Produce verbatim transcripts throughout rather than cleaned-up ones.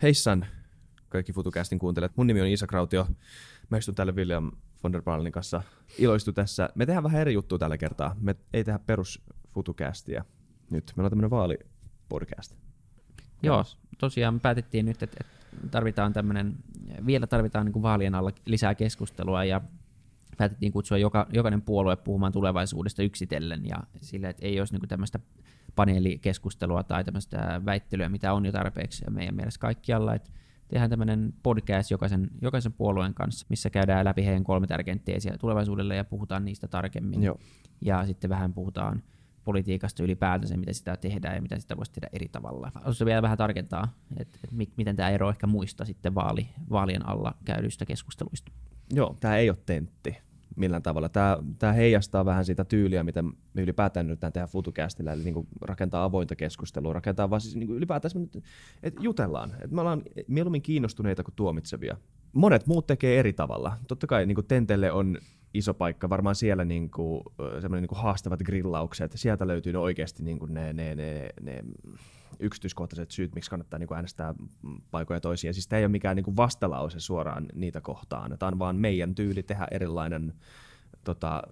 Heissan kaikki FutuCastin kuuntelijat. Mun nimi on Iisa Krautio. Mä istun täällä William von der Baalenin kanssa. Iloistu tässä. Me tehdään vähän eri juttua tällä kertaa. Me ei tehdä perus FutuCastia. Nyt meillä on tämmönen vaalipodcast. Joo, tosiaan me päätettiin nyt, että tarvitaan tämmönen, vielä tarvitaan niin kuin vaalien alla lisää keskustelua ja päätettiin kutsua joka, jokainen puolue puhumaan tulevaisuudesta yksitellen ja sillä, että ei olisi niin kuin tämmöistä paneelikeskustelua tai tämmöistä väittelyä, mitä on jo tarpeeksi meidän mielestä kaikkialla. Että tehdään tämmöinen podcast jokaisen, jokaisen puolueen kanssa, missä käydään läpi heidän kolme tärkeintä teesiä tulevaisuudelle ja puhutaan niistä tarkemmin. Joo. Ja sitten vähän puhutaan politiikasta ylipäätänsä, mitä sitä tehdään ja mitä sitä voisi tehdä eri tavalla. Haluaisin vielä vähän tarkentaa, että, että miten tämä ero ehkä muista sitten vaali, vaalien alla käydyistä keskusteluista. Joo, tämä ei ole tentti millään tavalla. Tämä, tämä heijastaa vähän sitä tyyliä, mitä me ylipäätään nyt tehdään FutuCastilla, eli niin kuin rakentaa avointa keskustelua, rakentaa vaan siis niin kuin ylipäätään, että jutellaan. Että me ollaan mieluummin kiinnostuneita kuin tuomitsevia. Monet muut tekee eri tavalla. Totta kai niin kuin Tentelle on iso paikka, varmaan siellä niin kuin, semmoinen niin kuin haastavat grillaukset. Sieltä löytyy ne oikeasti niin kuin ne, ne, ne, ne yksityiskohtaiset syyt, miksi kannattaa niin kuin äänestää paikoja toisia. Siis tämä ei ole mikään niin kuin vastalause suoraan niitä kohtaan. Tämä on vaan meidän tyyli tehdä erilainen tota,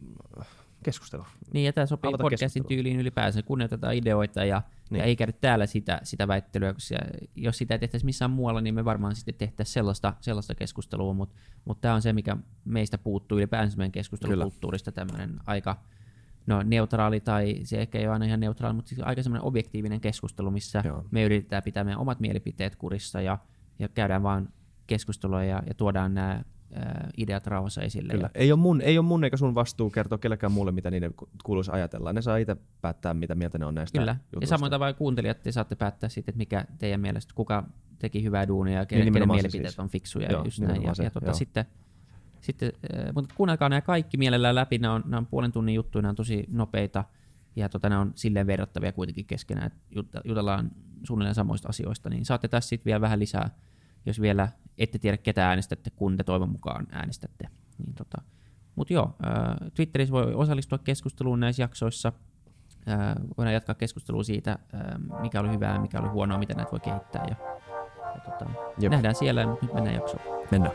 keskustelu. Niin, ja tämä sopii Avata podcastin tyyliin ylipäänsä. Kunnioitetaan ideoita ja, niin. ja ei käydä täällä sitä, sitä väittelyä, koska jos sitä ei tehtäisi missään muualla, niin me varmaan sitten tehtäisiin sellaista, sellaista keskustelua, mutta mut tämä on se, mikä meistä puuttuu ylipäänsä meidän keskustelukulttuurista, tämmöinen aika no, neutraali, tai se ehkä ei ole aina ihan neutraali, mutta siis aika semmoinen objektiivinen keskustelu, missä Joo. me yritetään pitää meidän omat mielipiteet kurissa ja, ja käydään vaan keskustelua ja, ja tuodaan nämä ideat rauhassa esille. Kyllä. Ei ole mun, ei ole mun eikä sun vastuu kertoa kellekään muulle, mitä niiden kuuluisi ajatella. Ne saa itse päättää, mitä mieltä ne on näistä Kyllä. jutuista. Ja samoin tavalla kuuntelijat, te saatte päättää sitten, että mikä teidän mielestä, kuka teki hyvää duunia ja kenen, kenen mielipiteet siis on fiksuja. Joo, just näin. Ja, se, ja tuota, sitten, sitten, äh, mutta kuunnelkaa nämä kaikki mielellään läpi. Nämä on, nämä on puolen tunnin juttuja, nämä on tosi nopeita ja tota, nämä on silleen verrattavia kuitenkin keskenään, että jutellaan suunnilleen samoista asioista. Niin saatte tässä sitten vielä vähän lisää, jos vielä ette tiedä, ketä äänestätte, kun te toivon mukaan äänestätte. Niin tota. Mutta joo, äh, Twitterissä voi osallistua keskusteluun näissä jaksoissa. Äh, voidaan jatkaa keskustelua siitä, äh, mikä oli hyvää ja mikä oli huonoa, miten näitä voi kehittää. Ja, ja tota, nähdään siellä, mutta nyt mennään jaksoon. Mennään.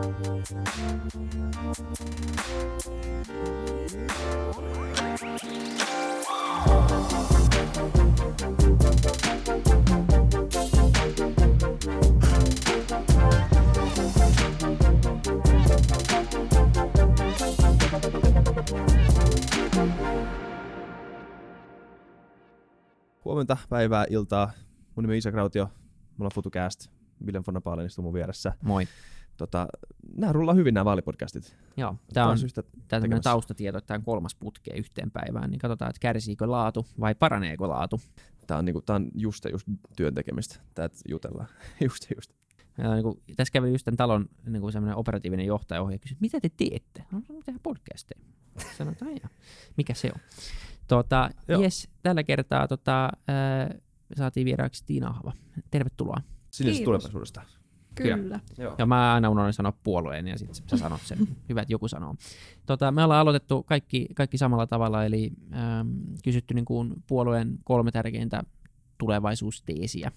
Huomenta, päivää, iltaa. Mun nimi on Iisa Krautio. Mulla on FutuCast. William von der Baalen istuu mun vieressä. Moi. Tota, nämä rullaa hyvin nämä vaalipodcastit. Joo, tämä on tämmöinen taustatieto, että tämä on kolmas putke yhteen päivään. Niin katsotaan, että kärsiikö laatu vai paraneeko laatu. Tämä on, niinku, tämä on just just työn tekemistä. Tämä jutellaan. just just. Ja, niin kuin, tässä kävi just tämän talon niin kuin semmoinen operatiivinen johtaja ohjaa ja kysyi, mitä te teette? No, me tehdään podcasteja. Sanotaan, ja mikä se on? Tota, yes, tällä kertaa tota, äh, saatiin vieraaksi Tiina Ahava. Tervetuloa. Sinne tulevaisuudesta. Kyllä. Joo. Ja mä aina unohdin sanoa puolueen ja sitten sä sanot sen. Hyvä, että joku sanoo. Tota, me ollaan aloitettu kaikki, kaikki samalla tavalla, eli ähm, kysytty niin kuin puolueen kolme tärkeintä tulevaisuusteesiä.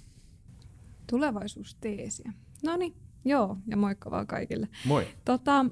Tulevaisuusteesiä. No niin, joo, ja moikka vaan kaikille. Moi. Tota,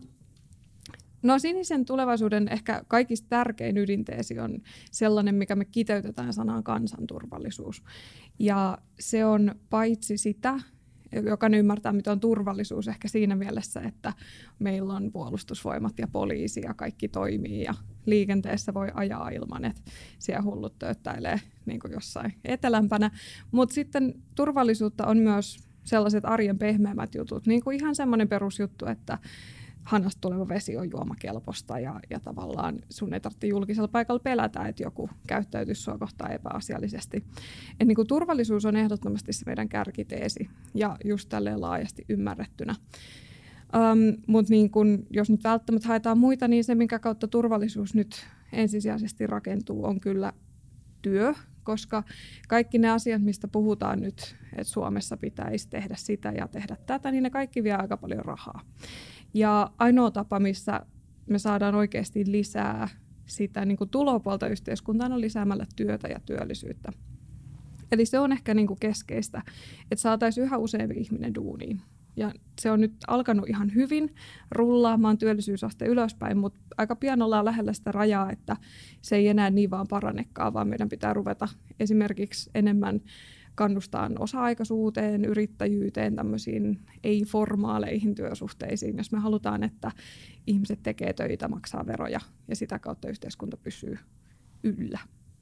no sinisen tulevaisuuden ehkä kaikista tärkein ydinteesi on sellainen, mikä me kiteytetään sanaan kansanturvallisuus. Ja se on paitsi sitä, jokainen ymmärtää, mitä on turvallisuus ehkä siinä mielessä, että meillä on puolustusvoimat ja poliisi ja kaikki toimii ja liikenteessä voi ajaa ilman, että siellä hullut tööttäilee niin kuin jossain etelämpänä. Mutta sitten turvallisuutta on myös sellaiset arjen pehmeämmät jutut, niin kuin ihan semmoinen perusjuttu, että hanasta tuleva vesi on juomakelpoista ja, ja tavallaan sun ei tarvitse julkisella paikalla pelätä, että joku käyttäytyisi sua kohtaan epäasiallisesti. Et niin kuin turvallisuus on ehdottomasti se meidän kärkiteesi ja just tälleen laajasti ymmärrettynä. Um, Mutta niin kun, jos nyt välttämättä haetaan muita, niin se, minkä kautta turvallisuus nyt ensisijaisesti rakentuu, on kyllä työ, koska kaikki ne asiat, mistä puhutaan nyt, että Suomessa pitäisi tehdä sitä ja tehdä tätä, niin ne kaikki vie aika paljon rahaa. Ja ainoa tapa, missä me saadaan oikeasti lisää sitä niin kuin tulopuolta yhteiskuntaan, on lisäämällä työtä ja työllisyyttä. Eli se on ehkä niinku keskeistä, että saataisiin yhä useampi ihminen duuniin. Ja se on nyt alkanut ihan hyvin rullaamaan työllisyysaste ylöspäin, mutta aika pian ollaan lähellä sitä rajaa, että se ei enää niin vaan parannekaan, vaan meidän pitää ruveta esimerkiksi enemmän kannustaa osa-aikaisuuteen, yrittäjyyteen, tämmöisiin ei-formaaleihin työsuhteisiin, jos me halutaan, että ihmiset tekee töitä, maksaa veroja ja sitä kautta yhteiskunta pysyy yllä.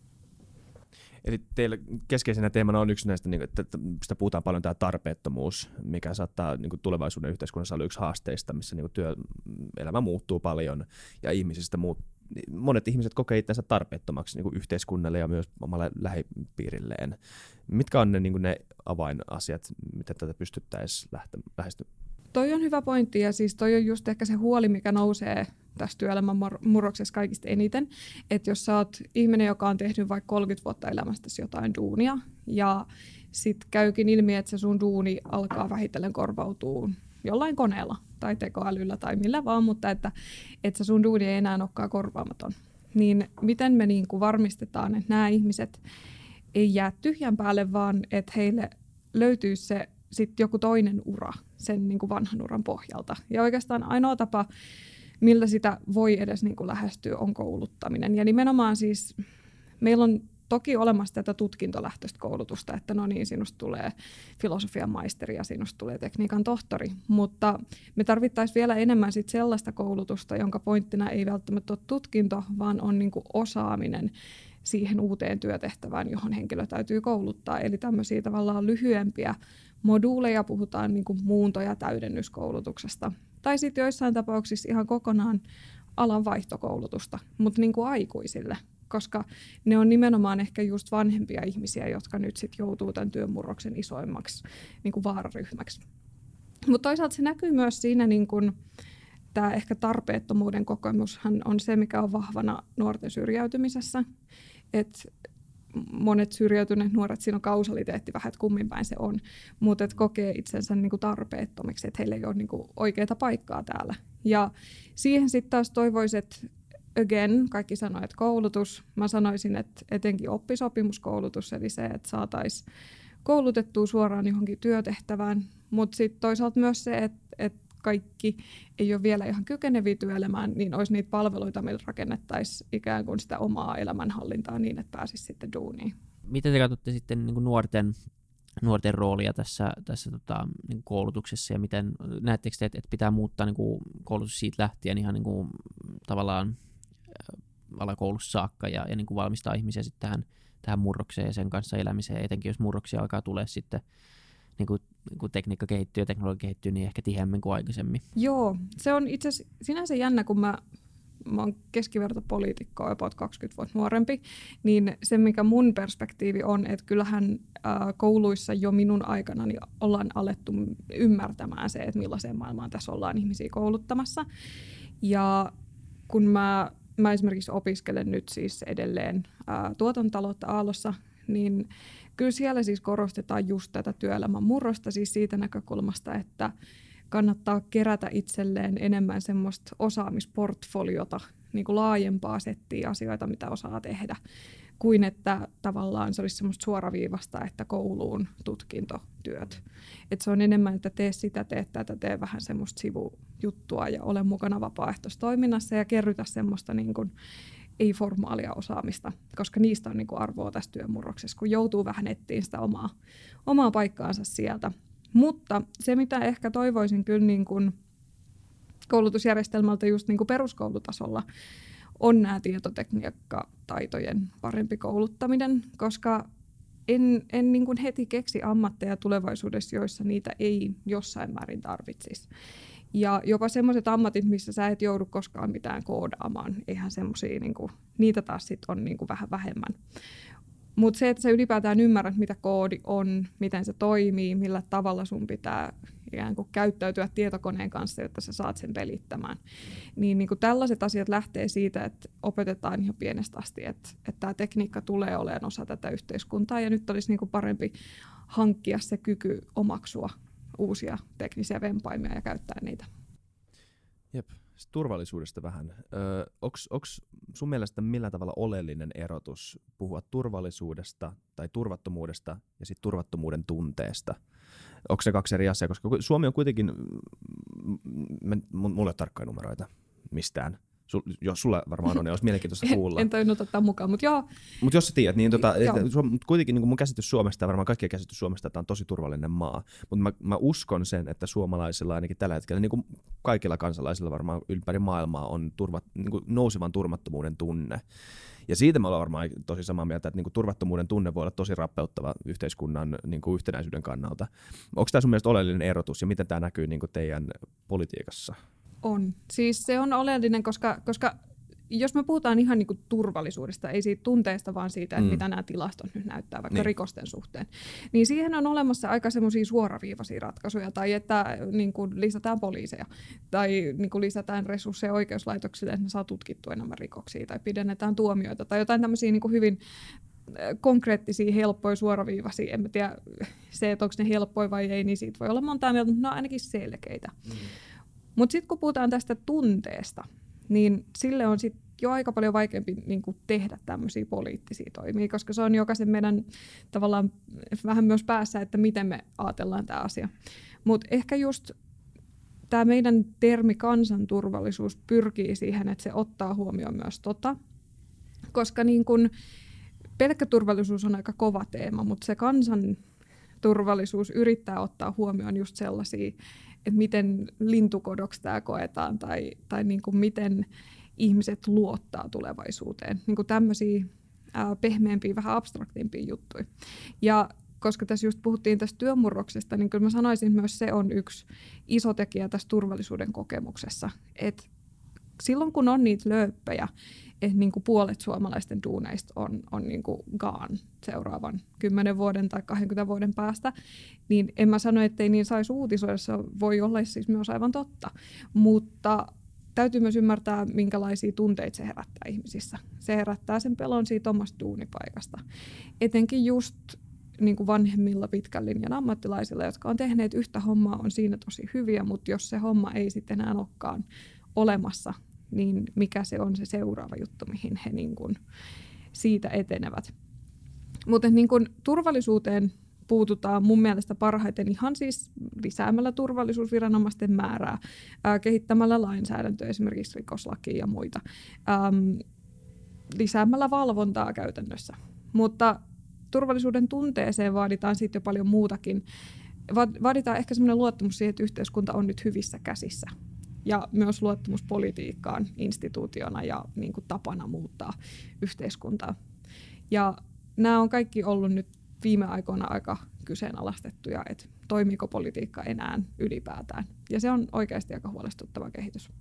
Eli teillä keskeisenä teemana on yksi näistä, että sitä puhutaan paljon tämä tarpeettomuus, mikä saattaa niin kuin tulevaisuuden yhteiskunnassa olla yksi haasteista, missä niin kuin työelämä muuttuu paljon ja ihmisistä muut, monet ihmiset kokee itsensä tarpeettomaksi niin kuin yhteiskunnalle ja myös omalle lähipiirilleen. Mitkä on ne, niin kuin ne avainasiat, miten tätä pystyttäisiin lähestymään? Toi on hyvä pointti ja siis toi on just ehkä se huoli, mikä nousee tässä työelämän murroksessa kaikista eniten, että jos sä oot ihminen, joka on tehnyt vaikka kolmekymmentä vuotta elämästäsi jotain duunia ja sit käykin ilmi, että se sun duuni alkaa vähitellen korvautua jollain koneella tai tekoälyllä tai millä vaan, mutta että, että se sun duuni ei enää olekaan korvaamaton, niin miten me niin kuin varmistetaan, että nämä ihmiset ei jää tyhjän päälle, vaan että heille löytyy se sitten joku toinen ura sen niin kuin vanhan uran pohjalta. Ja oikeastaan ainoa tapa, millä sitä voi edes niin kuin lähestyä, on kouluttaminen. Ja nimenomaan siis meillä on toki olemassa tätä tutkintolähtöistä koulutusta, että no niin, sinusta tulee filosofian maisteri ja sinusta tulee tekniikan tohtori, mutta me tarvittaisiin vielä enemmän sit sellaista koulutusta, jonka pointtina ei välttämättä ole tutkinto, vaan on niin kuin osaaminen siihen uuteen työtehtävään, johon henkilö täytyy kouluttaa. Eli tämmöisiä tavallaan lyhyempiä moduuleja, puhutaan niin kuin muunto- ja täydennyskoulutuksesta. Tai sitten joissain tapauksissa ihan kokonaan alan vaihtokoulutusta, mutta niin kuin aikuisille, koska ne on nimenomaan ehkä just vanhempia ihmisiä, jotka nyt sitten joutuu tämän työmurroksen isoimmaksi niin kuin vaararyhmäksi. Mutta toisaalta se näkyy myös siinä, niin kuin tämä ehkä tarpeettomuuden kokemushan on se, mikä on vahvana nuorten syrjäytymisessä. Et monet syrjäytyneet nuoret, siinä on kausaliteetti vähän, että kummin päin se on, mutta et kokee itsensä niinku tarpeettomiksi, että heillä ei ole niinku oikeaa paikkaa täällä. Ja siihen sitten taas toivoisin, että again, kaikki sanoo, että koulutus, mä sanoisin, että etenkin oppisopimuskoulutus, eli se, että saataisiin koulutettua suoraan johonkin työtehtävään, mutta sitten toisaalta myös se, että, että kaikki ei ole vielä ihan kykeneviä työelämään, niin olisi niitä palveluita, millä rakennettaisiin ikään kuin sitä omaa elämänhallintaa niin, että pääsisi sitten duuniin. Miten te katsotte sitten niin kuin nuorten, nuorten roolia tässä, tässä tota, niin kuin koulutuksessa ja miten näettekö te, että, että pitää muuttaa niin kuin koulutus siitä lähtien ihan niin kuin, tavallaan alakoulussa saakka ja, ja niin kuin valmistaa ihmisiä sitten tähän, tähän murrokseen ja sen kanssa elämiseen, etenkin jos murroksia alkaa tulee sitten niin kuin, kun tekniikka kehittyy ja teknologia kehittyy, niin ehkä tiheämmin kuin aikaisemmin. Joo, se on itse asiassa sinänsä jännä, kun mä, mä oon keskivertopoliitikko, about kaksikymmentä vuotta nuorempi, niin se, mikä mun perspektiivi on, että kyllähän ää, kouluissa jo minun aikanani ollaan alettu ymmärtämään se, että millaiseen maailmaan tässä ollaan ihmisiä kouluttamassa. Ja kun mä, mä esimerkiksi opiskelen nyt siis edelleen ää, tuotantotaloutta Aallossa, niin kyllä siellä siis korostetaan just tätä työelämän murrosta siis siitä näkökulmasta, että kannattaa kerätä itselleen enemmän semmoista osaamisportfoliota, niin kuin laajempaa settiä asioita, mitä osaa tehdä, kuin että tavallaan se olisi semmoista suoraviivasta, että kouluun tutkintotyöt. Että se on enemmän, että tee sitä, tee tätä, tee vähän semmoista sivujuttua ja ole mukana vapaaehtoistoiminnassa ja kerrytä semmoista niin kuin ei-formaalia osaamista, koska niistä on niin kuin arvoa tässä työmurroksessa, kun joutuu vähän etsiä sitä omaa, omaa paikkaansa sieltä. Mutta se, mitä ehkä toivoisin kyllä niin kuin koulutusjärjestelmältä just niin kuin peruskoulutasolla, on nämä tietotekniikkataitojen parempi kouluttaminen, koska en, en niin kuin heti keksi ammatteja tulevaisuudessa, joissa niitä ei jossain määrin tarvitsisi. Ja jopa semmoiset ammatit, missä sä et joudu koskaan mitään koodaamaan, eihän semmoisia, niin kuin, niitä taas sit on niin kuin vähän vähemmän. Mutta se, että sä ylipäätään ymmärrät, mitä koodi on, miten se toimii, millä tavalla sun pitää ikään kuin käyttäytyä tietokoneen kanssa, jotta sä saat sen pelittämään. Niin, niin kuin tällaiset asiat lähtee siitä, että opetetaan ihan pienestä asti, että, että tämä tekniikka tulee olemaan osa tätä yhteiskuntaa, ja nyt olisi niin kuin parempi hankkia se kyky omaksua uusia teknisiä vempaimia ja käyttää niitä. Jep. Sitten turvallisuudesta vähän. Öö, onko sun mielestä millään tavalla oleellinen erotus puhua turvallisuudesta tai turvattomuudesta ja sitten turvattomuuden tunteesta? Onko se kaksi eri asiaa? Koska Suomi on kuitenkin, mulla ei ole tarkkoja numeroita mistään. Sul, jos sulla varmaan on, niin olisi mielenkiintoista kuulla. En, en tajunnut ottaa mukaan, mutta joo. Mutta jos sä tiedät, niin tota, et, kuitenkin niin mun käsitys Suomesta ja varmaan kaikkien käsitys Suomesta, että tämä on tosi turvallinen maa. Mutta mä, mä uskon sen, että suomalaisilla ainakin tällä hetkellä, niin kuin kaikilla kansalaisilla varmaan ympäri maailmaa on turvat, niin kuin nousevan turvattomuuden tunne. Ja siitä me ollaan varmaan tosi samaa mieltä, että niin kuin turvattomuuden tunne voi olla tosi rappeuttava yhteiskunnan niin kuin yhtenäisyyden kannalta. Onko tämä sun mielestä oleellinen erotus ja miten tämä näkyy niin kuin teidän politiikassa? On. Siis se on oleellinen, koska, koska jos me puhutaan ihan niin kuin turvallisuudesta, ei siitä tunteesta, vaan siitä, että mm. mitä nämä tilastot nyt näyttää vaikka niin. rikosten suhteen, niin siihen on olemassa aika semmoisia suoraviivaisia ratkaisuja, tai että niin kuin lisätään poliiseja, tai niin kuin lisätään resursseja oikeuslaitoksille, että ne saa tutkittua enemmän rikoksia, tai pidennetään tuomioita, tai jotain tämmöisiä niin kuin hyvin konkreettisia, helppoja, suoraviivaisia. En mä tiedä se, että onko ne helppoja vai ei, niin siitä voi olla montaa mieltä, mutta ne on ainakin selkeitä. Mm. Mutta sitten kun puhutaan tästä tunteesta, niin sille on sit jo aika paljon vaikeampi niin kuin tehdä tämmöisiä poliittisia toimia, koska se on jokaisen meidän tavallaan vähän myös päässä, että miten me ajatellaan tämä asia. Mutta ehkä just tämä meidän termi kansanturvallisuus pyrkii siihen, että se ottaa huomioon myös tota, koska niin kun pelkkä turvallisuus on aika kova teema, mutta se kansanturvallisuus yrittää ottaa huomioon just sellaisia, että miten lintukodoksi tämä koetaan tai, tai niin kuin miten ihmiset luottaa tulevaisuuteen. Niin kuin tämmöisiä ää, pehmeämpiä, vähän abstraktimpia juttuja. Ja koska tässä just puhuttiin tästä työmurroksesta, niin kyllä mä sanoisin myös se on yksi iso tekijä tässä turvallisuuden kokemuksessa. Että silloin kun on niitä lööppejä, että niin kuin puolet suomalaisten duuneista on, on niin kuin gone seuraavan kymmenen vuoden tai kaksikymmentä vuoden päästä, niin en mä sano, ettei niin saisi uutisoida, se voi olla siis myös aivan totta. Mutta täytyy myös ymmärtää, minkälaisia tunteita se herättää ihmisissä. Se herättää sen pelon siitä omasta duunipaikasta. Etenkin just niin kuin vanhemmilla pitkän linjan ammattilaisilla, jotka on tehneet yhtä hommaa, on siinä tosi hyviä, mutta jos se homma ei sitten enää olekaan olemassa, niin mikä se on se seuraava juttu, mihin he niin kuin siitä etenevät. Mutta niin kuin turvallisuuteen puututaan mun mielestä parhaiten ihan siis lisäämällä turvallisuusviranomaisten määrää, ää, kehittämällä lainsäädäntöä, esimerkiksi rikoslakia ja muita, äm, lisäämällä valvontaa käytännössä. Mutta turvallisuuden tunteeseen vaaditaan sitten jo paljon muutakin. Vaaditaan ehkä semmoinen luottamus siihen, että yhteiskunta on nyt hyvissä käsissä. Ja myös luottamus politiikkaan instituutiona ja niin kuin tapana muuttaa yhteiskuntaa. Ja nämä on kaikki ollut nyt viime aikoina aika kyseenalaistettuja, että toimiiko politiikka enää ylipäätään. Ja se on oikeasti aika huolestuttava kehitys.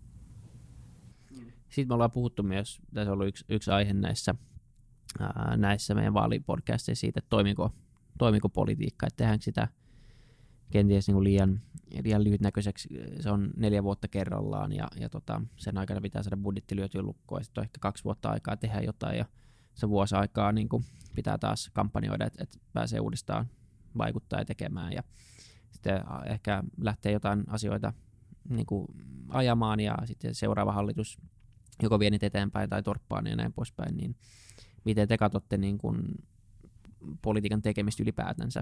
Sitten me ollaan puhuttu myös, tässä on ollut yksi, yksi aihe näissä, ää, näissä meidän vaalipodcasteissa siitä, että toimiko, toimiko politiikka, että tehdäänkö sitä kenties niin kuin liian, liian lyhytnäköiseksi. Se on neljä vuotta kerrallaan ja, ja tota, sen aikana pitää saada budjetti lyötyä lukkoon ja sitten on ehkä kaksi vuotta aikaa tehdä jotain ja se vuosi aikaa niin kuin pitää taas kampanjoida, että, että pääsee uudestaan vaikuttaa ja tekemään ja sitten ehkä lähtee jotain asioita niin kuin ajamaan ja sitten seuraava hallitus joko vie niitä eteenpäin tai torppaan ja näin poispäin, niin miten te katsotte niin kuin politiikan tekemistä ylipäätänsä?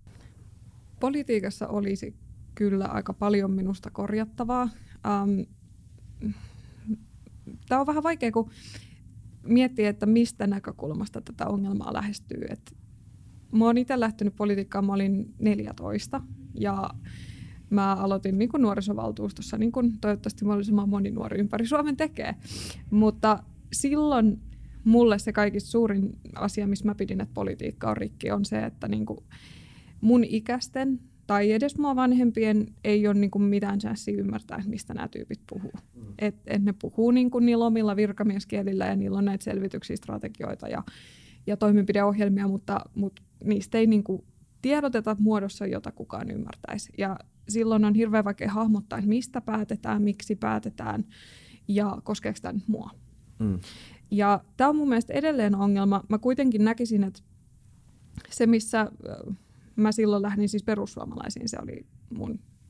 Politiikassa olisi kyllä aika paljon minusta korjattavaa. Ähm, Tämä on vähän vaikea, kun miettii, että mistä näkökulmasta tätä ongelmaa lähestyy. Et mä oon itse lähtenyt politiikkaan, mä olin neljätoista ja mä aloitin niin kuin nuorisovaltuustossa, niin kuin toivottavasti mahdollisimman moni nuori ympäri Suomen tekee. Mutta silloin mulle se kaikista suurin asia, missä mä pidin, että politiikka on rikki, on se, että niin kuin mun ikäisten tai edes mua vanhempien ei ole niin kuin mitään chanssia ymmärtää, mistä nämä tyypit puhuu. Mm. Et, et ne puhuu niin kuin niillä omilla virkamieskielillä ja niillä on näitä selvityksiä, strategioita ja, ja toimenpideohjelmia, mutta, mutta niistä ei niin kuin tiedoteta muodossa, jota kukaan ymmärtäisi. Ja silloin on hirveän vaikea hahmottaa, että mistä päätetään, miksi päätetään ja koskeeko tämä nyt mua. Mm. Ja tämä on mun mielestä edelleen ongelma. Mä kuitenkin näkisin, että se missä mä silloin lähdin siis perussuomalaisiin, se oli mun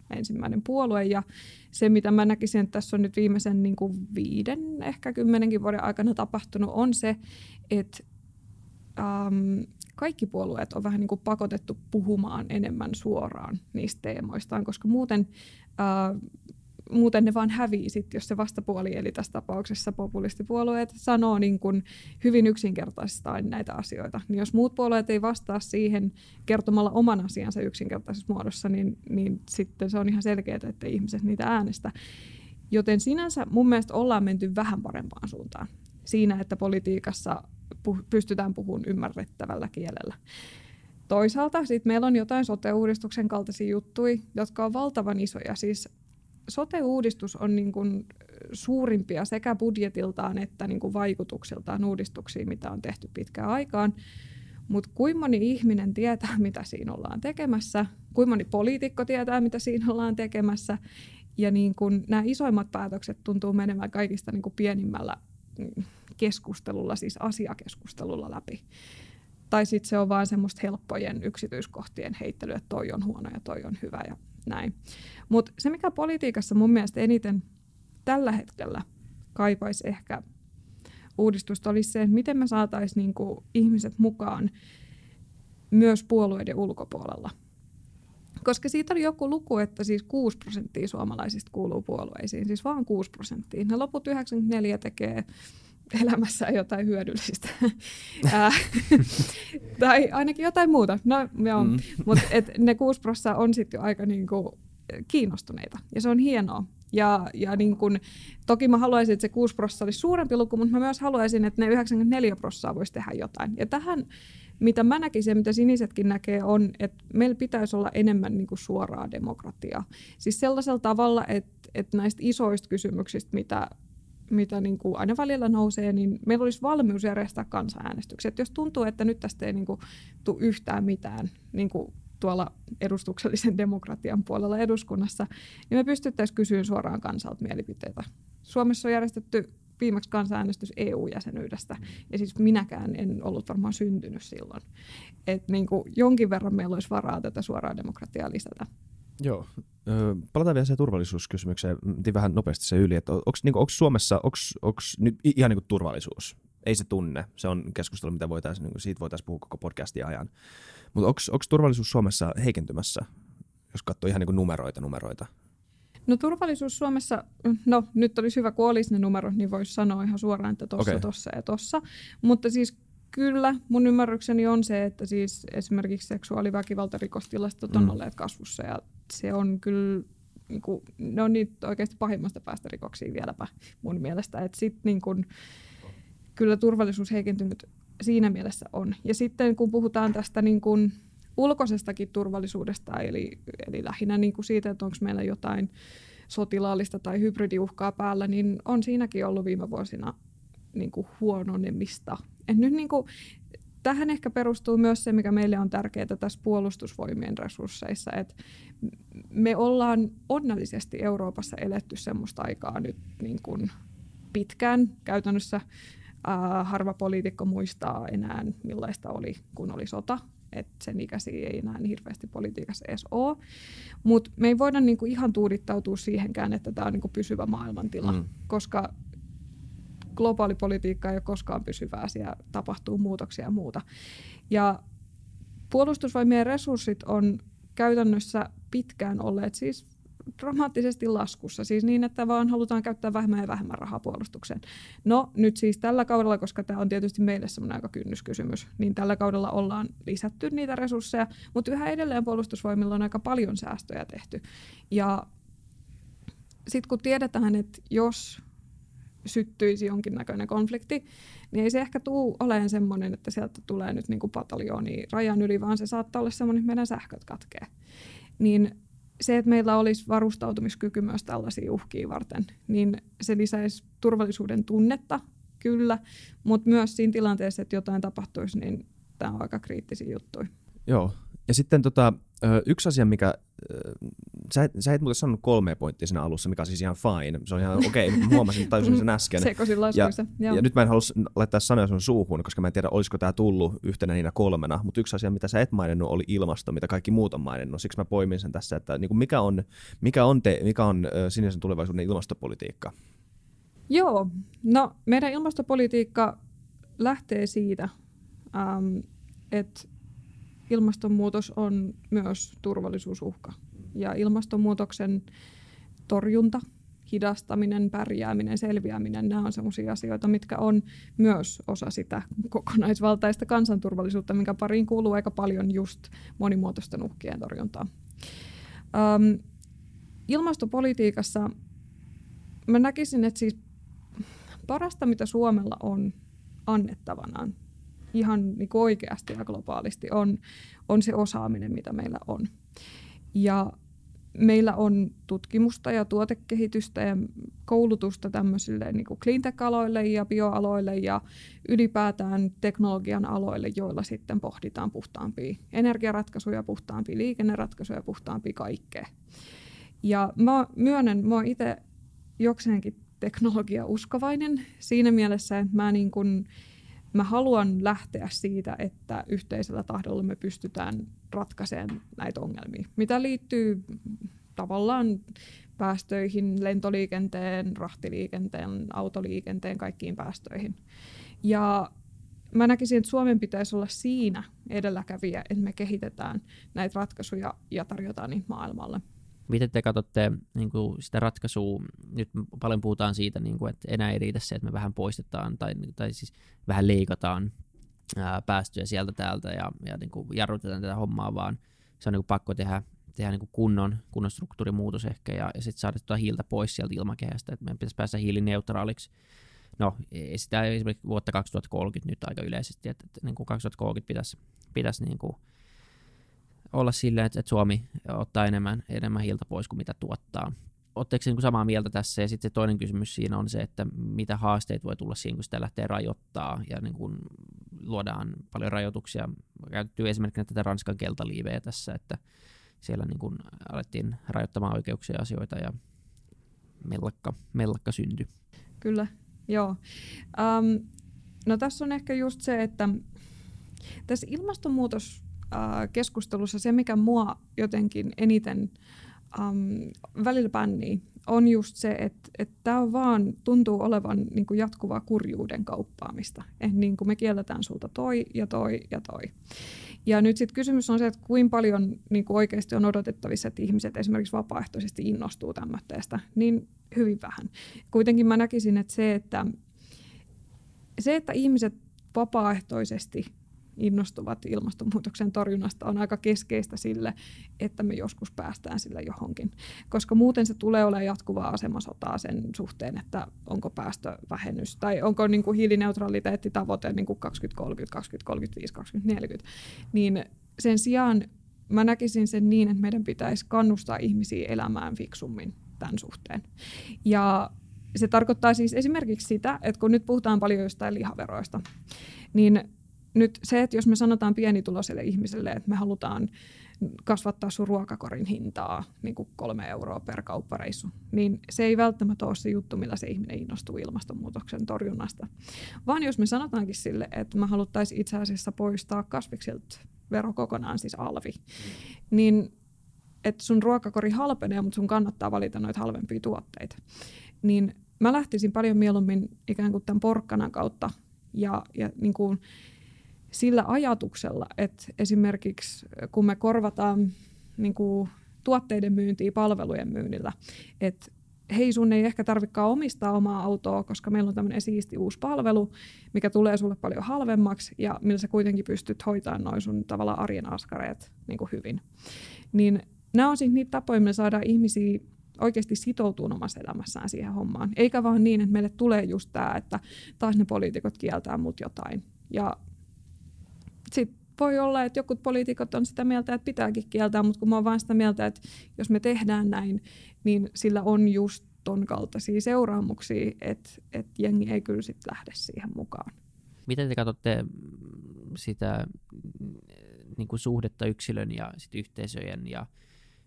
ensimmäinen puolue. Ja se, mitä mä näkisin, että tässä on nyt viimeisen niin kuin viiden, ehkä kymmenenkin vuoden aikana tapahtunut, on se, että ähm, kaikki puolueet on vähän niin kuin pakotettu puhumaan enemmän suoraan niistä teemoistaan, koska muuten, äh, muuten ne vaan hävii sit, jos se vastapuoli, eli tässä tapauksessa populistipuolueet, sanoo niin kuin hyvin yksinkertaisesti näitä asioita. Niin jos muut puolueet ei vastaa siihen kertomalla oman asiansa yksinkertaisessa muodossa, niin, niin sitten se on ihan selkeää, että ihmiset niitä äänestä. Joten sinänsä mun mielestä ollaan menty vähän parempaan suuntaan siinä, että politiikassa pystytään puhumaan ymmärrettävällä kielellä. Toisaalta sit meillä on jotain sote-uudistuksen kaltaisia juttuja, jotka on valtavan isoja. Siis sote-uudistus on niin kuin suurimpia sekä budjetiltaan että niin kuin vaikutuksiltaan uudistuksia, mitä on tehty pitkään aikaan. Mutta kuinka moni ihminen tietää, mitä siinä ollaan tekemässä, kuinka moni poliitikko tietää, mitä siinä ollaan tekemässä. Ja niin kun nämä isoimmat päätökset tuntuu menemään kaikista niin kuin pienimmällä keskustelulla, siis asiakeskustelulla läpi. Tai sitten se on vaan semmoista helppojen yksityiskohtien heittelyä, että toi on huono ja toi on hyvä ja näin. Mutta se, mikä politiikassa mun mielestä eniten tällä hetkellä kaipaisi ehkä uudistusta, olisi se, että miten me saataisiin niinku ihmiset mukaan myös puolueiden ulkopuolella. Koska siitä oli joku luku, että siis kuusi prosenttia suomalaisista kuuluu puolueisiin, siis vaan kuusi prosenttia. Ne loput yhdeksänkymmentäneljä tekee elämässään jotain hyödyllistä. Tai ainakin jotain muuta. No, joo. Mm. Mutta ne kuusi prosenttia on sitten jo aika niinku kiinnostuneita, ja se on hienoa. Ja, ja niin kun, toki mä haluaisin, että se kuusi prosenttia olisi suurempi luku, mutta mä myös haluaisin, että ne yhdeksänkymmentäneljä prosenttia voisi tehdä jotain. Ja tähän, mitä mä näkisin ja mitä sinisetkin näkee, on, että meillä pitäisi olla enemmän niin kuin suoraa demokratiaa. Siis sellaisella tavalla, että, että näistä isoista kysymyksistä, mitä, mitä niin kuin aina välillä nousee, niin meillä olisi valmius järjestää kansanäänestyksiä. Että jos tuntuu, että nyt tästä ei niin kuin tule yhtään mitään, niin kuin tuolla edustuksellisen demokratian puolella eduskunnassa, niin me pystyttäisiin kysyä suoraan kansalta mielipiteitä. Suomessa on järjestetty viimeksi kansanäänestys E U-jäsenyydestä, ja siis minäkään en ollut varmaan syntynyt silloin. Että niin kuin jonkin verran meillä olisi varaa tätä suoraa demokratiaa lisätä. Joo. Ö, palataan vielä siihen turvallisuuskysymykseen. Tiin vähän nopeasti se yli, että onko niinku, Suomessa onks nyt ihan niinku turvallisuus? Ei se tunne. Se on keskustelu, mitä voitaisiin, niinku, siitä voitaisiin puhua koko podcastin ajan. Mutta onko turvallisuus Suomessa heikentymässä, jos katsoo ihan niinku numeroita numeroita? No turvallisuus Suomessa, no nyt olisi hyvä, kun olisi ne numerot, niin voisi sanoa ihan suoraan, että tossa, okay. tossa ja tossa. Mutta siis kyllä mun ymmärrykseni on se, että siis esimerkiksi seksuaaliväkivaltarikostilastot on mm. olleet kasvussa, ja se on kyllä, niin kuin, ne on niitä oikeasti pahimmasta päästä rikoksia vieläpä mun mielestä. Että sit niin kuin, kyllä turvallisuus heikentynyt siinä mielessä on. Ja sitten kun puhutaan tästä niin kuin ulkoisestakin turvallisuudesta, eli, eli lähinnä niin kuin siitä, että onko meillä jotain sotilaallista tai hybridiuhkaa päällä, niin on siinäkin ollut viime vuosina niin kuin huononemista. Et nyt niin kuin, tähän ehkä perustuu myös se, mikä meille on tärkeää tässä puolustusvoimien resursseissa, että me ollaan onnellisesti Euroopassa eletty semmoista aikaa nyt niin kuin pitkään. Käytännössä ää, harva poliitikko muistaa enää, millaista oli, kun oli sota. Että sen ikäisiä ei enää hirveästi politiikassa edes ole. Mutta me ei voida niinku ihan tuudittautua siihenkään, että tämä on niinku pysyvä maailmantila, mm. koska globaali politiikka ei ole koskaan pysyvää, siellä tapahtuu muutoksia ja muuta. Ja puolustusvoimien resurssit on käytännössä pitkään olleet siis dramaattisesti laskussa, siis niin, että vaan halutaan käyttää vähemmän ja vähemmän rahaa puolustukseen. No nyt siis tällä kaudella, koska tämä on tietysti meille semmoinen aika kynnyskysymys, niin tällä kaudella ollaan lisätty niitä resursseja, mutta yhä edelleen puolustusvoimilla on aika paljon säästöjä tehty. Ja sitten kun tiedetään, että jos syttyisi jonkinnäköinen konflikti, niin ei se ehkä tule olemaan semmoinen, että sieltä tulee nyt niinku pataljooni rajan yli, vaan se saattaa olla semmoinen, että meidän sähköt katkee. Niin se, että meillä olisi varustautumiskyky myös tällaisia uhkia varten, niin se lisäisi turvallisuuden tunnetta, kyllä, mutta myös siinä tilanteessa, että jotain tapahtuisi, niin tämä on aika kriittisiä juttuja. Joo, ja sitten tota, yksi asia, mikä sä et, sä et muuten sanonut kolme pointtia siinä alussa, mikä on siis ihan fine. Se on ihan okei, okay, huomasin, että tajusin sen äsken. Sekoisin laskuissa. Ja, ja nyt mä en halua laittaa sanoja sun suuhun, koska mä en tiedä, olisiko tää tullut yhtenä niinä kolmena. Mutta yksi asia, mitä sä et maininnut, oli ilmasto, mitä kaikki muut on maininnut. Siksi mä poimin sen tässä, että niin kuin mikä on, mikä on, te, mikä on uh, sinisen tulevaisuuden ilmastopolitiikka? Joo, no meidän ilmastopolitiikka lähtee siitä, ähm, että ilmastonmuutos on myös turvallisuusuhka. Ja ilmastonmuutoksen torjunta, hidastaminen, pärjääminen, selviäminen, nämä on sellaisia asioita, mitkä on myös osa sitä kokonaisvaltaista kansanturvallisuutta, minkä pariin kuuluu aika paljon just monimuotoisten uhkien torjuntaa. Ähm, ilmastopolitiikassa mä näkisin, että siis parasta, mitä Suomella on annettavanaan, ihan niin kuin oikeasti ja globaalisti, on, on se osaaminen, mitä meillä on. Ja meillä on tutkimusta ja tuotekehitystä ja koulutusta tämmöisille niin kuin cleantech-aloille ja bioaloille ja ylipäätään teknologian aloille, joilla sitten pohditaan puhtaampia energiaratkaisuja, puhtaampia liikenneratkaisuja, puhtaampia kaikkea. Ja mä myönnän, mä oon itse jokseenkin teknologiauskovainen siinä mielessä, että mä, niin kun, mä haluan lähteä siitä, että yhteisellä tahdolla me pystytään ratkaisemaan näitä ongelmia, mitä liittyy tavallaan päästöihin, lentoliikenteen, rahtiliikenteen, autoliikenteen, kaikkiin päästöihin. Ja mä näkisin, että Suomen pitäisi olla siinä edelläkävijä, että me kehitetään näitä ratkaisuja ja tarjotaan niitä maailmalle. Miten te katsotte niin kuin sitä ratkaisua, nyt paljon puhutaan siitä, niin kuin, että enää ei riitä se, että me vähän poistetaan tai, tai siis vähän leikataan ää, päästöjä sieltä täältä ja, ja niin kuin jarrutetaan tätä hommaa, vaan se on niin kuin pakko tehdä, tehdä niin kuin kunnon, kunnon struktuurimuutos ehkä ja, ja sitten saada tuota hiiltä pois sieltä ilmakehästä, että meidän pitäisi päästä hiilineutraaliksi. No, sitä esimerkiksi vuotta kaksituhattakolmekymmentä nyt aika yleisesti, että, että niin kuin kaksituhattakolmekymmentä pitäisi, pitäisi niin kuin olla silleen, että Suomi ottaa enemmän, enemmän hiiltä pois kuin mitä tuottaa. Oletteko niin kuin samaa mieltä tässä? Ja sitten se toinen kysymys siinä on se, että mitä haasteita voi tulla siinä, kun sitä lähtee rajoittaa ja niin kuin luodaan paljon rajoituksia. Käytetty esimerkkinä tätä Ranskan keltaliiveä tässä, että siellä niin kuin alettiin rajoittamaan oikeuksia ja asioita ja mellakka, mellakka syntyi. Kyllä, joo. Um, no tässä on ehkä just se, että tässä ilmastonmuutos keskustelussa se, mikä mua jotenkin eniten um, välillä pännii, on just se, että tämä et vaan tuntuu olevan niin kuin jatkuvaa kurjuuden kauppaamista. Et niin kuin me kielletään sulta toi ja toi ja toi. Ja nyt sitten kysymys on se, että kuinka paljon niin kuin oikeasti on odotettavissa, että ihmiset esimerkiksi vapaaehtoisesti innostuu tämmöistä, niin hyvin vähän. Kuitenkin mä näkisin, että se, että, se, että ihmiset vapaaehtoisesti innostuvat ilmastonmuutoksen torjunnasta on aika keskeistä sille, että me joskus päästään sillä johonkin. Koska muuten se tulee olemaan jatkuvaa asemasotaa sen suhteen, että onko päästövähennys tai onko niin kuin hiilineutraliteettitavoite niin kuin kaksituhattakolmekymmentä, kaksituhattakolmekymmentäviisi, kaksituhattaneljäkymmentä. Niin sen sijaan mä näkisin sen niin, että meidän pitäisi kannustaa ihmisiä elämään fiksummin tämän suhteen. Ja se tarkoittaa siis esimerkiksi sitä, että kun nyt puhutaan paljon jostain lihaveroista, niin nyt se, että jos me sanotaan pienituloiselle ihmiselle, että me halutaan kasvattaa sun ruokakorin hintaa niin kuin kolme euroa per kauppareissu, niin se ei välttämättä ole se juttu, millä se ihminen innostuu ilmastonmuutoksen torjunnasta. Vaan jos me sanotaankin sille, että me haluttaisiin itse asiassa poistaa kasviksilta vero kokonaan, siis alvi, mm. niin että sun ruokakori halpenee, mutta sun kannattaa valita noita halvempia tuotteita, niin mä lähtisin paljon mieluummin ikään kuin tämän porkkanan kautta ja, ja niin kuin sillä ajatuksella, että esimerkiksi kun me korvataan niin kuin tuotteiden myyntiä palvelujen myynnillä, että hei, sun ei ehkä tarvitsekaan omistaa omaa autoa, koska meillä on tämmöinen siisti uusi palvelu, mikä tulee sulle paljon halvemmaksi ja millä sä kuitenkin pystyt hoitamaan noin sun tavallaan arjen askareet niin kuin hyvin. Niin nämä on siis niitä tapoja, millä saadaan ihmisiä oikeasti sitoutuu omassa elämässään siihen hommaan. Eikä vaan niin, että meille tulee just tämä, että taas ne poliitikot kieltää mut jotain. Ja sitten voi olla, että jotkut poliitikot on sitä mieltä, että pitääkin kieltää, mutta kun mä oon vaan sitä mieltä, että jos me tehdään näin, niin sillä on just ton kaltaisia seuraamuksia, että, että jengi ei kyllä sitten lähde siihen mukaan. Miten te katsotte sitä niin kuin suhdetta yksilön ja sit yhteisöjen ja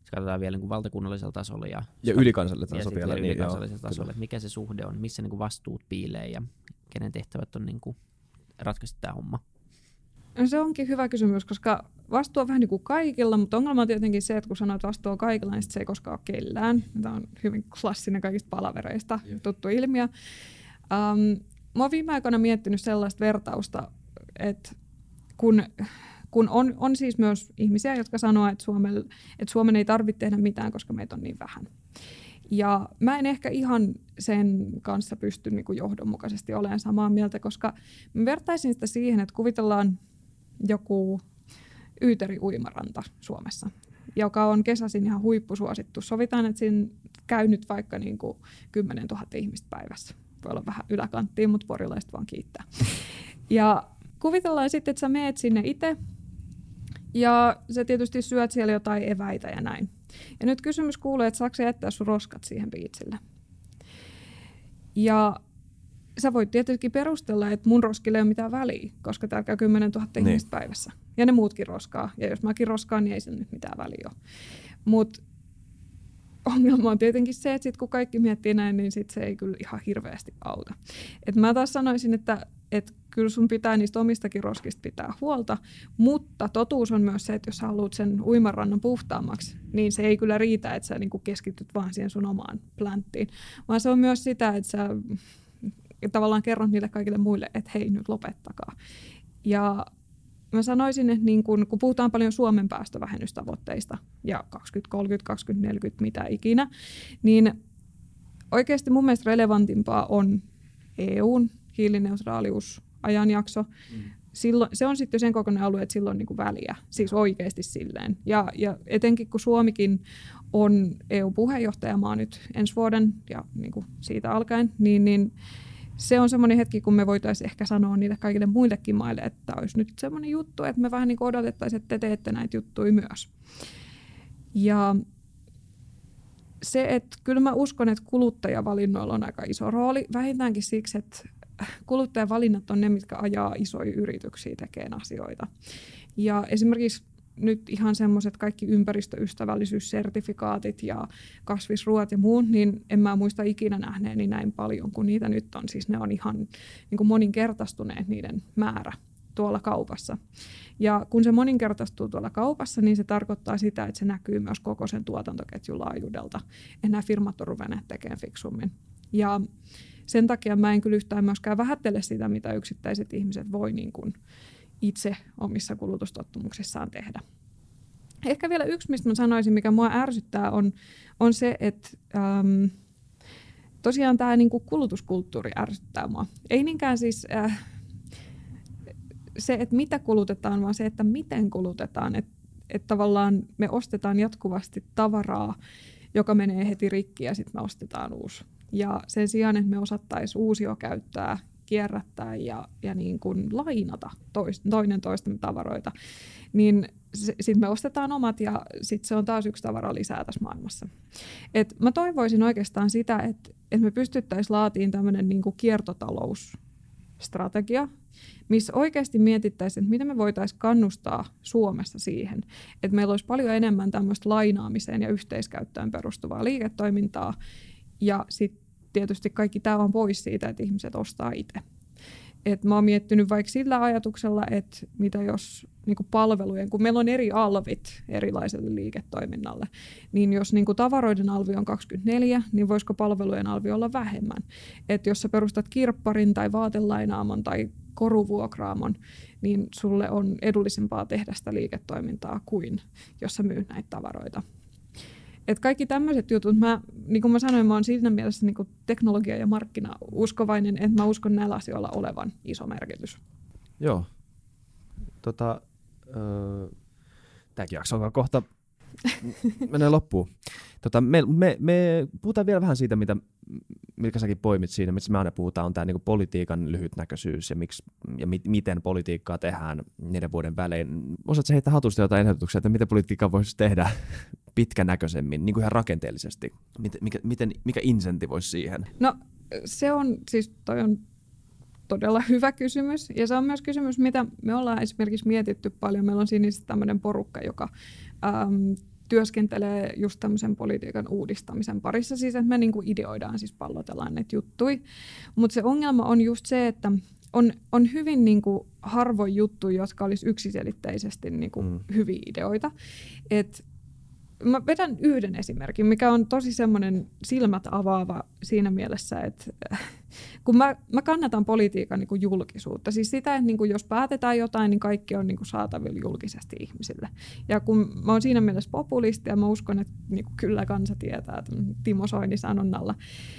jos katsotaan vielä niin kuin valtakunnallisella tasolla ja, ja ylikansallisella ja tasolla vielä. Niin, ylikansallisella joo, tasolla, että mikä se suhde on, missä niin kuin vastuut piilee ja kenen tehtävät on niin kuin ratkaista tämä homma. No se onkin hyvä kysymys, koska vastuu on vähän niin kuin kaikilla, mutta ongelma on tietenkin se, että kun sanoit, että vastuu on kaikilla, niin se ei koskaan ole kellään. Tämä on hyvin klassinen kaikista palavereista tuttu ilmiö. Um, mä oon viime aikoina miettinyt sellaista vertausta, että kun, kun on, on siis myös ihmisiä, jotka sanoo, että, Suomel, että Suomen ei tarvitse tehdä mitään, koska meitä on niin vähän. Ja mä en ehkä ihan sen kanssa pysty niin kuin johdonmukaisesti olemaan samaa mieltä, koska mä vertaisin sitä siihen, että kuvitellaan joku Yyteri-uimaranta Suomessa, joka on kesäisin ihan huippusuosittu. Sovitaan, että siinä käy nyt vaikka niin kuin kymmenen tuhatta ihmistä päivässä. Voi olla vähän yläkanttiin, mutta porilaiset vaan kiittää. Ja kuvitellaan sitten, että sä meet sinne itse ja sä tietysti syöt siellä jotain eväitä ja näin. Ja nyt kysymys kuuluu, että saako sä jättää sun roskat siihen biitsille? Ja sä voit tietenkin perustella, että mun roskille ei ole mitään väliä, koska täällä käy kymmenen tuhatta niin. ihmistä päivässä. Ja ne muutkin roskaa. Ja jos mäkin roskaan, niin ei sillä nyt mitään väliä ole. Mutta ongelma on tietenkin se, että sit kun kaikki miettii näin, niin sit se ei kyllä ihan hirveästi auta. Et mä taas sanoisin, että et kyllä sun pitää niistä omistakin roskista pitää huolta, mutta totuus on myös se, että jos sä haluat sen uimarannan puhtaammaksi, niin se ei kyllä riitä, että sä niinku keskityt vaan siihen sun omaan plänttiin, vaan se on myös sitä, että sä tavallaan kerrot niille kaikille muille, että hei, nyt lopettakaa. Ja mä sanoisin, että niin kun, kun puhutaan paljon Suomen päästövähennystavoitteista ja kaksituhattakolmekymmentä, kaksituhattaneljäkymmentä, mitä ikinä, niin oikeasti mun mielestä relevantimpaa on E U:n hiilineutraaliusajanjakso. Mm. Silloin, se on sitten sen kokoinen alue, että silloin on niinku väliä, siis oikeasti silleen. Ja, ja etenkin kun Suomikin on E U-puheenjohtajamaa nyt ensi vuoden ja niinku siitä alkaen, niin, niin se on semmoinen hetki, kun me voitaisiin ehkä sanoa niille kaikille muillekin maille, että olisi nyt semmoinen juttu, että me vähän niin odotettaisiin, että te teette näitä juttuja myös. Ja se, että kyllä mä uskon, että kuluttajavalinnoilla on aika iso rooli, vähintäänkin siksi, että kuluttajavalinnat on ne, mitkä ajaa isoja yrityksiä tekemään asioita. Ja esimerkiksi nyt ihan semmoiset kaikki ympäristöystävällisyyssertifikaatit ja kasvisruoat ja muut, niin en mä muista ikinä nähneeni näin paljon kuin niitä nyt on. Siis ne on ihan niin kuin moninkertaistuneet niiden määrä tuolla kaupassa. Ja kun se moninkertaistuu tuolla kaupassa, niin se tarkoittaa sitä, että se näkyy myös koko sen tuotantoketjun laajuudelta. Ja nämä firmat on ruvenneet tekemään fiksummin. Ja sen takia mä en kyllä yhtään myöskään vähättele sitä, mitä yksittäiset ihmiset voi niin kuin itse omissa kulutustottumuksissaan tehdä. Ehkä vielä yksi, mistä mä sanoisin, mikä mua ärsyttää, on, on se, että äm, tosiaan tämä niinku kulutuskulttuuri ärsyttää mua. Ei niinkään siis äh, se, että mitä kulutetaan, vaan se, että miten kulutetaan. Että et tavallaan me ostetaan jatkuvasti tavaraa, joka menee heti rikki ja sitten me ostetaan uusi. Ja sen sijaan, että me osattaisiin uusio käyttää, kierrättää ja, ja niin kuin lainata tois, toinen toisten tavaroita, niin sitten me ostetaan omat ja sitten se on taas yksi tavara lisää tässä maailmassa. Et mä toivoisin oikeastaan sitä, että et me pystyttäisiin laatimaan tämmöinen niin kuin kiertotalousstrategia, missä oikeasti mietittäisiin, että miten me voitaisiin kannustaa Suomessa siihen, että meillä olisi paljon enemmän tämmöistä lainaamiseen ja yhteiskäyttöön perustuvaa liiketoimintaa ja sitten tietysti kaikki tämä on pois siitä, että ihmiset ostaa itse. Et mä oon miettinyt vaikka sillä ajatuksella, että mitä jos niinku palvelujen, kun meillä on eri alvit erilaiselle liiketoiminnalle, niin jos niinku tavaroiden alvi on kaksikymmentäneljä, niin voisiko palvelujen alvi olla vähemmän? Et jos sä perustat kirpparin tai vaatelainaamon tai koruvuokraamon, niin sulle on edullisempaa tehdä sitä liiketoimintaa kuin jos sä myyt näitä tavaroita. Et kaikki tämmöiset jutut, mä, niin kuin mä sanoin, mä oon siinä mielessä niin kuin teknologia- ja markkinauskovainen, että mä uskon näillä asioilla olevan iso merkitys. Joo. Tota, öö, tämäkin jakso on kohta menee loppuun. Tota, me, me, me puhutaan vielä vähän siitä, mitä Milka säkin poimit siinä, mistä me aina puhutaan, on tämä niinku politiikan lyhytnäköisyys ja, miksi, ja mi, miten politiikkaa tehdään neljän vuoden välein. Osaatko sä heittää hatusta jotain ehdotuksia, että miten politiikkaa voisi tehdä pitkänäköisemmin, niin kuin ihan rakenteellisesti? Mikä, miten, mikä insentivoisi siihen? No se on, siis toi on todella hyvä kysymys. Ja se on myös kysymys, mitä me ollaan esimerkiksi mietitty paljon. Meillä on Sinisessä tämmöinen porukka, joka äm, työskentelee just tämmöisen politiikan uudistamisen parissa, siis että me niinku ideoidaan, siis pallotellaan näitä juttuja. Mutta se ongelma on just se, että on, on hyvin niinku harvoin juttuja, jotka olisi yksiselitteisesti niinku mm. hyviä ideoita. Et mä vedän yhden esimerkin, mikä on tosi semmoinen silmät avaava siinä mielessä, että kun mä, mä kannatan politiikan niin kuin julkisuutta, siis sitä, että niin kuin jos päätetään jotain, niin kaikki on niin kuin saatavilla julkisesti ihmisille. Ja kun mä oon siinä mielessä populisti ja mä uskon, että niin kuin kyllä kansa tietää Timo Soini sanonnalla.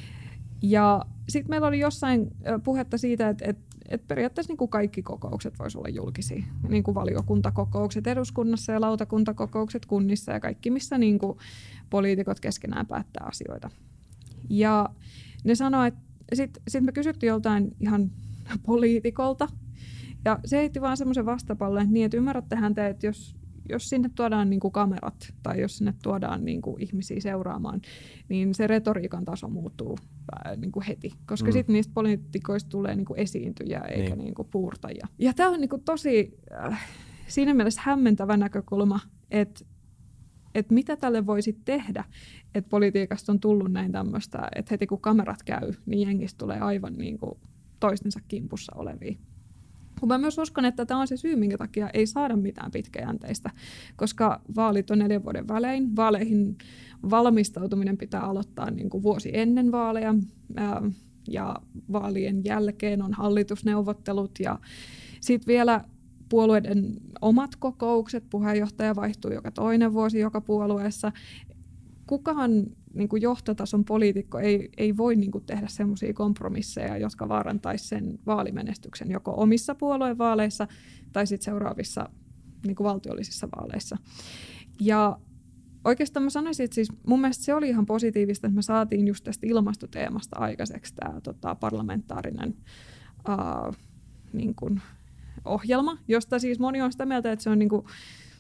Ja sitten meillä oli jossain puhetta siitä, että, että, että periaatteessa niin kuin kaikki kokoukset voisi olla julkisia. Niin kuin valiokuntakokoukset eduskunnassa ja lautakuntakokoukset kunnissa ja kaikki, missä niin kuin poliitikot keskenään päättää asioita. Ja ne sanoi, että sitten sit me kysyttiin joltain ihan poliitikolta. Ja se heitti vaan semmoisen vastapallon, että niin, että ymmärrättehän te, että jos, jos sinne tuodaan niin kuin kamerat tai jos sinne tuodaan niin kuin ihmisiä seuraamaan, niin se retoriikan taso muuttuu niin kuin heti, koska mm. sitten niistä poliitikoista tulee niin kuin esiintyjä eikä niin. Niin kuin puurtajia. Ja tämä on niin kuin tosi äh, siinä mielessä hämmentävä näkökulma, että et mitä tälle voisi tehdä, että politiikasta on tullut näin tämmöistä, että heti kun kamerat käy, niin jengistä tulee aivan niin kuin toistensa kimpussa olevia. Kun mä myös uskon, että tämä on se syy, minkä takia ei saada mitään pitkäjänteistä, koska vaalit on neljän vuoden välein. Vaaleihin valmistautuminen pitää aloittaa niin kuin vuosi ennen vaaleja ää, ja vaalien jälkeen on hallitusneuvottelut ja sitten vielä puolueiden omat kokoukset, puheenjohtaja vaihtuu joka toinen vuosi joka puolueessa. Kukaan niin kuin johtotason poliitikko ei, ei voi niin kuin tehdä semmoisia kompromisseja, jotka vaarantaisi sen vaalimenestyksen joko omissa puoluevaaleissa tai sitten seuraavissa niin kuin valtiollisissa vaaleissa. Ja oikeastaan mä sanoisin, että siis mun mielestä se oli ihan positiivista, että me saatiin just tästä ilmastoteemasta aikaiseksi tämä tota, parlamentaarinen uh, niin kuin ohjelma, josta siis moni on sitä mieltä, että se on niin kuin,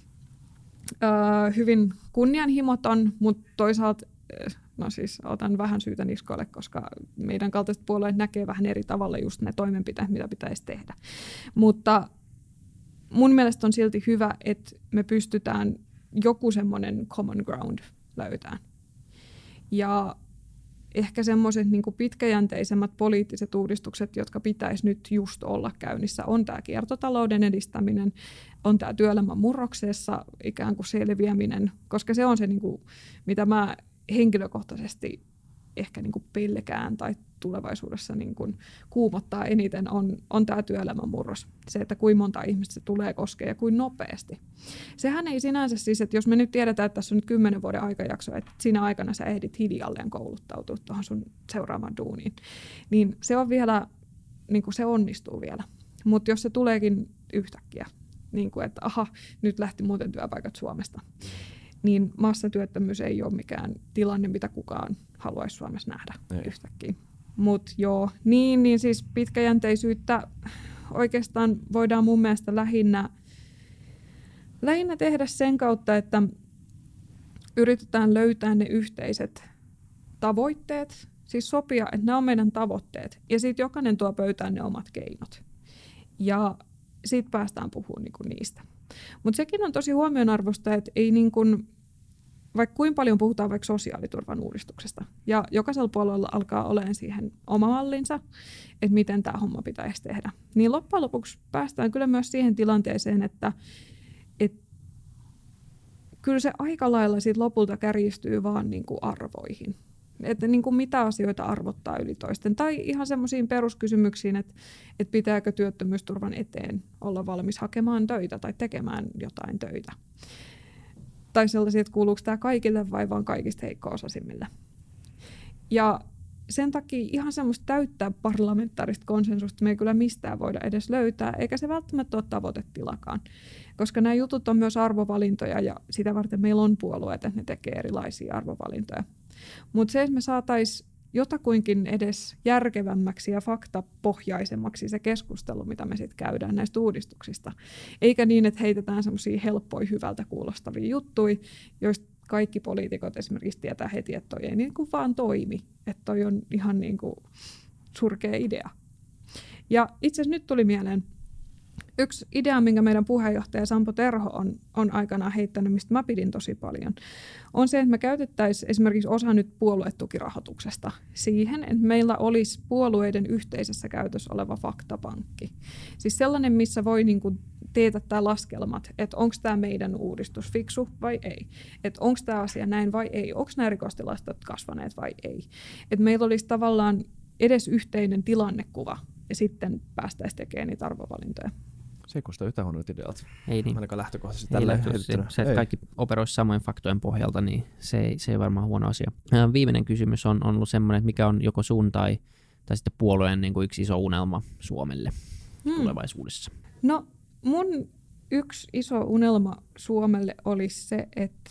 uh, hyvin kunnianhimoton, mutta toisaalta no siis otan vähän syytä niskoille, koska meidän kaltaiset puolueet näkee vähän eri tavalla just ne toimenpiteet, mitä pitäisi tehdä. Mutta mun mielestä on silti hyvä, että me pystytään joku semmoinen common ground löytämään. Ja ehkä semmoiset niin kuin pitkäjänteisemmät poliittiset uudistukset, jotka pitäisi nyt just olla käynnissä, on tämä kiertotalouden edistäminen, on tämä työelämän murroksessa ikään kuin selviäminen, koska se on se, niin kuin, mitä mä henkilökohtaisesti ehkä niin kuin pelkään tai tulevaisuudessa niin kuin kuumottaa eniten, on, on tämä työelämän murros. Se, että kuinka monta ihmistä se tulee koskea ja kuinka nopeasti. Sehän ei sinänsä siis, että jos me nyt tiedetään, että tässä on nyt kymmenen vuoden aikajakso, että siinä aikana sä ehdit hiljalleen kouluttautua tuohon sun seuraavaan duuniin, niin se on vielä, niin kuin se onnistuu vielä. Mutta jos se tuleekin yhtäkkiä, niin kuin, että aha, nyt lähti muuten työpaikat Suomesta, niin massatyöttömyys ei ole mikään tilanne, mitä kukaan haluaisi Suomessa nähdä ei. Yhtäkkiä. Mutta joo, niin, niin siis pitkäjänteisyyttä oikeastaan voidaan mun mielestä lähinnä, lähinnä tehdä sen kautta, että yritetään löytää ne yhteiset tavoitteet, siis sopia, että nämä on meidän tavoitteet, ja sitten jokainen tuo pöytään ne omat keinot. Ja sitten päästään puhumaan niinku niistä. Mutta sekin on tosi huomionarvoista, että ei niin kuin, vaikka kuinka paljon puhutaan vaikka sosiaaliturvan uudistuksesta, ja jokaisella puolella alkaa olemaan siihen oma mallinsa, että miten tämä homma pitäisi tehdä, niin loppujen lopuksi päästään kyllä myös siihen tilanteeseen, että, että kyllä se aika lailla siitä lopulta kärjistyy vaan niin kuin arvoihin. Että niin kuin mitä asioita arvottaa yli toisten. Tai ihan semmoisiin peruskysymyksiin, että, että pitääkö työttömyysturvan eteen olla valmis hakemaan töitä tai tekemään jotain töitä. Tai sellaisia, että kuuluuko tämä kaikille vai vain kaikista heikko-osaisimmille. Ja sen takia ihan semmoista täyttää parlamentaarista konsensusta me ei kyllä mistään voida edes löytää, eikä se välttämättä ole tavoitetilakaan. Koska nämä jutut on myös arvovalintoja ja sitä varten meillä on puolueet, että ne tekee erilaisia arvovalintoja. Mutta se, että me saataisiin jotakuinkin edes järkevämmäksi ja faktapohjaisemmaksi se keskustelu, mitä me sitten käydään näistä uudistuksista. Eikä niin, että heitetään semmoisia helppoja, hyvältä kuulostavia juttuja, joista kaikki poliitikot esimerkiksi tietää heti, että toi ei niin kuin vaan toimi. Että toi on ihan niin kuin surkea idea. Ja itse asiassa nyt tuli mieleen, yksi idea, minkä meidän puheenjohtaja Sampo Terho on, on aikanaan heittänyt, mistä mä pidin tosi paljon, on se, että me käytettäisiin esimerkiksi osa nyt puoluetukirahoituksesta siihen, että meillä olisi puolueiden yhteisessä käytössä oleva faktapankki. Siis sellainen, missä voi niin kuin teetättää laskelmat, että onko tämä meidän uudistus fiksu vai ei. Että onko tämä asia näin vai ei. Onko nämä rikostilastot kasvaneet vai ei. Että meillä olisi tavallaan edes yhteinen tilannekuva ja sitten päästäisiin tekemään niitä arvovalintoja. Se ei kuulosta yhtään huonolta idealta. Ei niin. Ainakaan lähtökohtaisesti Ei tällä lähtökohtaisesti. Se, että kaikki operoisi samoin faktojen pohjalta, niin se ei, se ei varmaan huono asia. Ja viimeinen kysymys on, on ollut semmoinen, että mikä on joko sun tai, tai sitten puolueen niin kuin yksi iso unelma Suomelle hmm. tulevaisuudessa? No mun yksi iso unelma Suomelle olisi se, että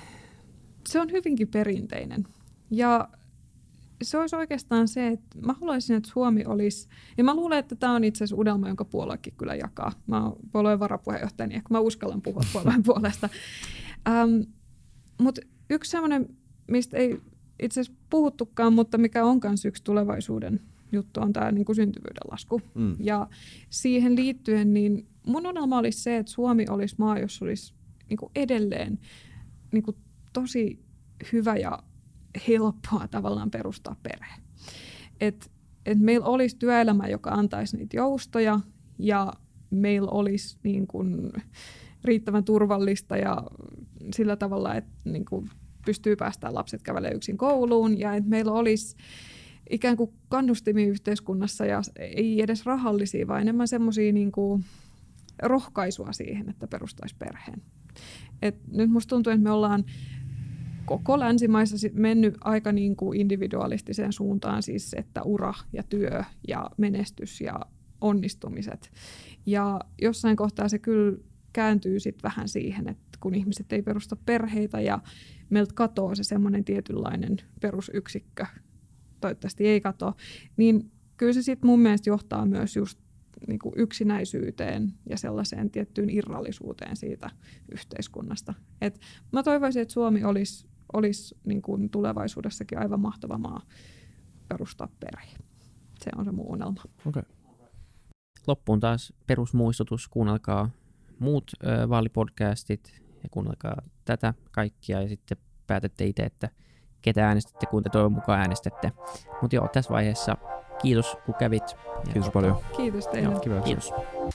se on hyvinkin perinteinen. Ja se olisi oikeastaan se, että mä haluaisin, että Suomi olisi, ja mä luulen, että tämä on itse asiassa unelma, jonka puoluekin kyllä jakaa. Mä oon puolueen varapuheenjohtaja, niin ehkä mä uskallan puhua puolueen puolesta. Ähm, Mutta yksi sellainen, mistä ei itse asiassa puhuttukaan, mutta mikä on myös yksi tulevaisuuden juttu, on tämä niin syntyvyyden lasku. Mm. Ja siihen liittyen, niin mun unelma olisi se, että Suomi olisi maa, jossa olisi niin kuin edelleen niin kuin tosi hyvä ja helppoa tavallaan perustaa perhe. Että et meillä olisi työelämä, joka antaisi niitä joustoja ja meillä olisi niin kuin riittävän turvallista ja sillä tavalla, että niin kuin pystyy päästämään lapset kävelemään yksin kouluun ja että meillä olisi ikään kuin kannustimia yhteiskunnassa ja ei edes rahallisia, vaan enemmän semmoisia niin kuin rohkaisua siihen, että perustaisi perheen. Et nyt musta tuntuu, että me ollaan koko länsimaissa mennyt aika niin kuin individualistiseen suuntaan, siis että ura ja työ ja menestys ja onnistumiset. Ja jossain kohtaa se kyllä kääntyy sitten vähän siihen, että kun ihmiset ei perusta perheitä ja meiltä katoaa se semmoinen tietynlainen perusyksikkö, toivottavasti ei katoa, niin kyllä se sitten mun mielestä johtaa myös just niin kuin yksinäisyyteen ja sellaiseen tiettyyn irrallisuuteen siitä yhteiskunnasta. Et mä toivoisin, että Suomi olisi, olisi niin kuin tulevaisuudessakin aivan mahtava maa perustaa perhe. Se on se mun unelma. Okay. Loppuun taas perusmuistutus, kuunnelkaa muut ö, vaalipodcastit ja kuunnelkaa tätä kaikkia ja sitten päätätte itse, että ketä äänestätte, kun te toivon mukaan äänestätte. Mutta joo, tässä vaiheessa kiitos, kun kävit. Ja kiitos paljon. Kiitos teille. Joo, Kiva. Kiitos.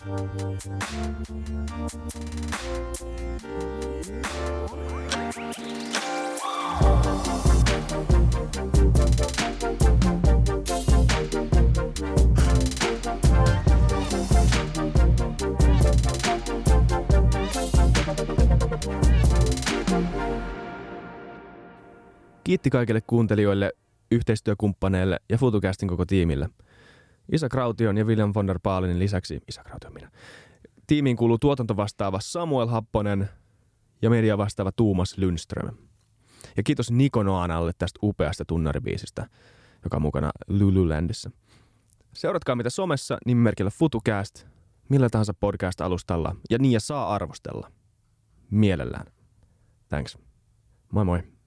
Kiitti kaikille kuuntelijoille, yhteistyökumppaneille ja FutuCastin koko tiimille. Isa Kraution ja William von der Baalinin lisäksi, Isa Kraution minä, tiimiin kuuluu tuotantovastaava Samuel Happonen ja media vastaava Tuumas Lundström. Ja kiitos Niko Noanalle tästä upeasta tunnaribiisistä, joka on mukana Lululandissa. Seuratkaa mitä somessa nimimerkillä FutuCast, millä tahansa podcast-alustalla ja niin ja saa arvostella. Mielellään. Thanks. Moi moi.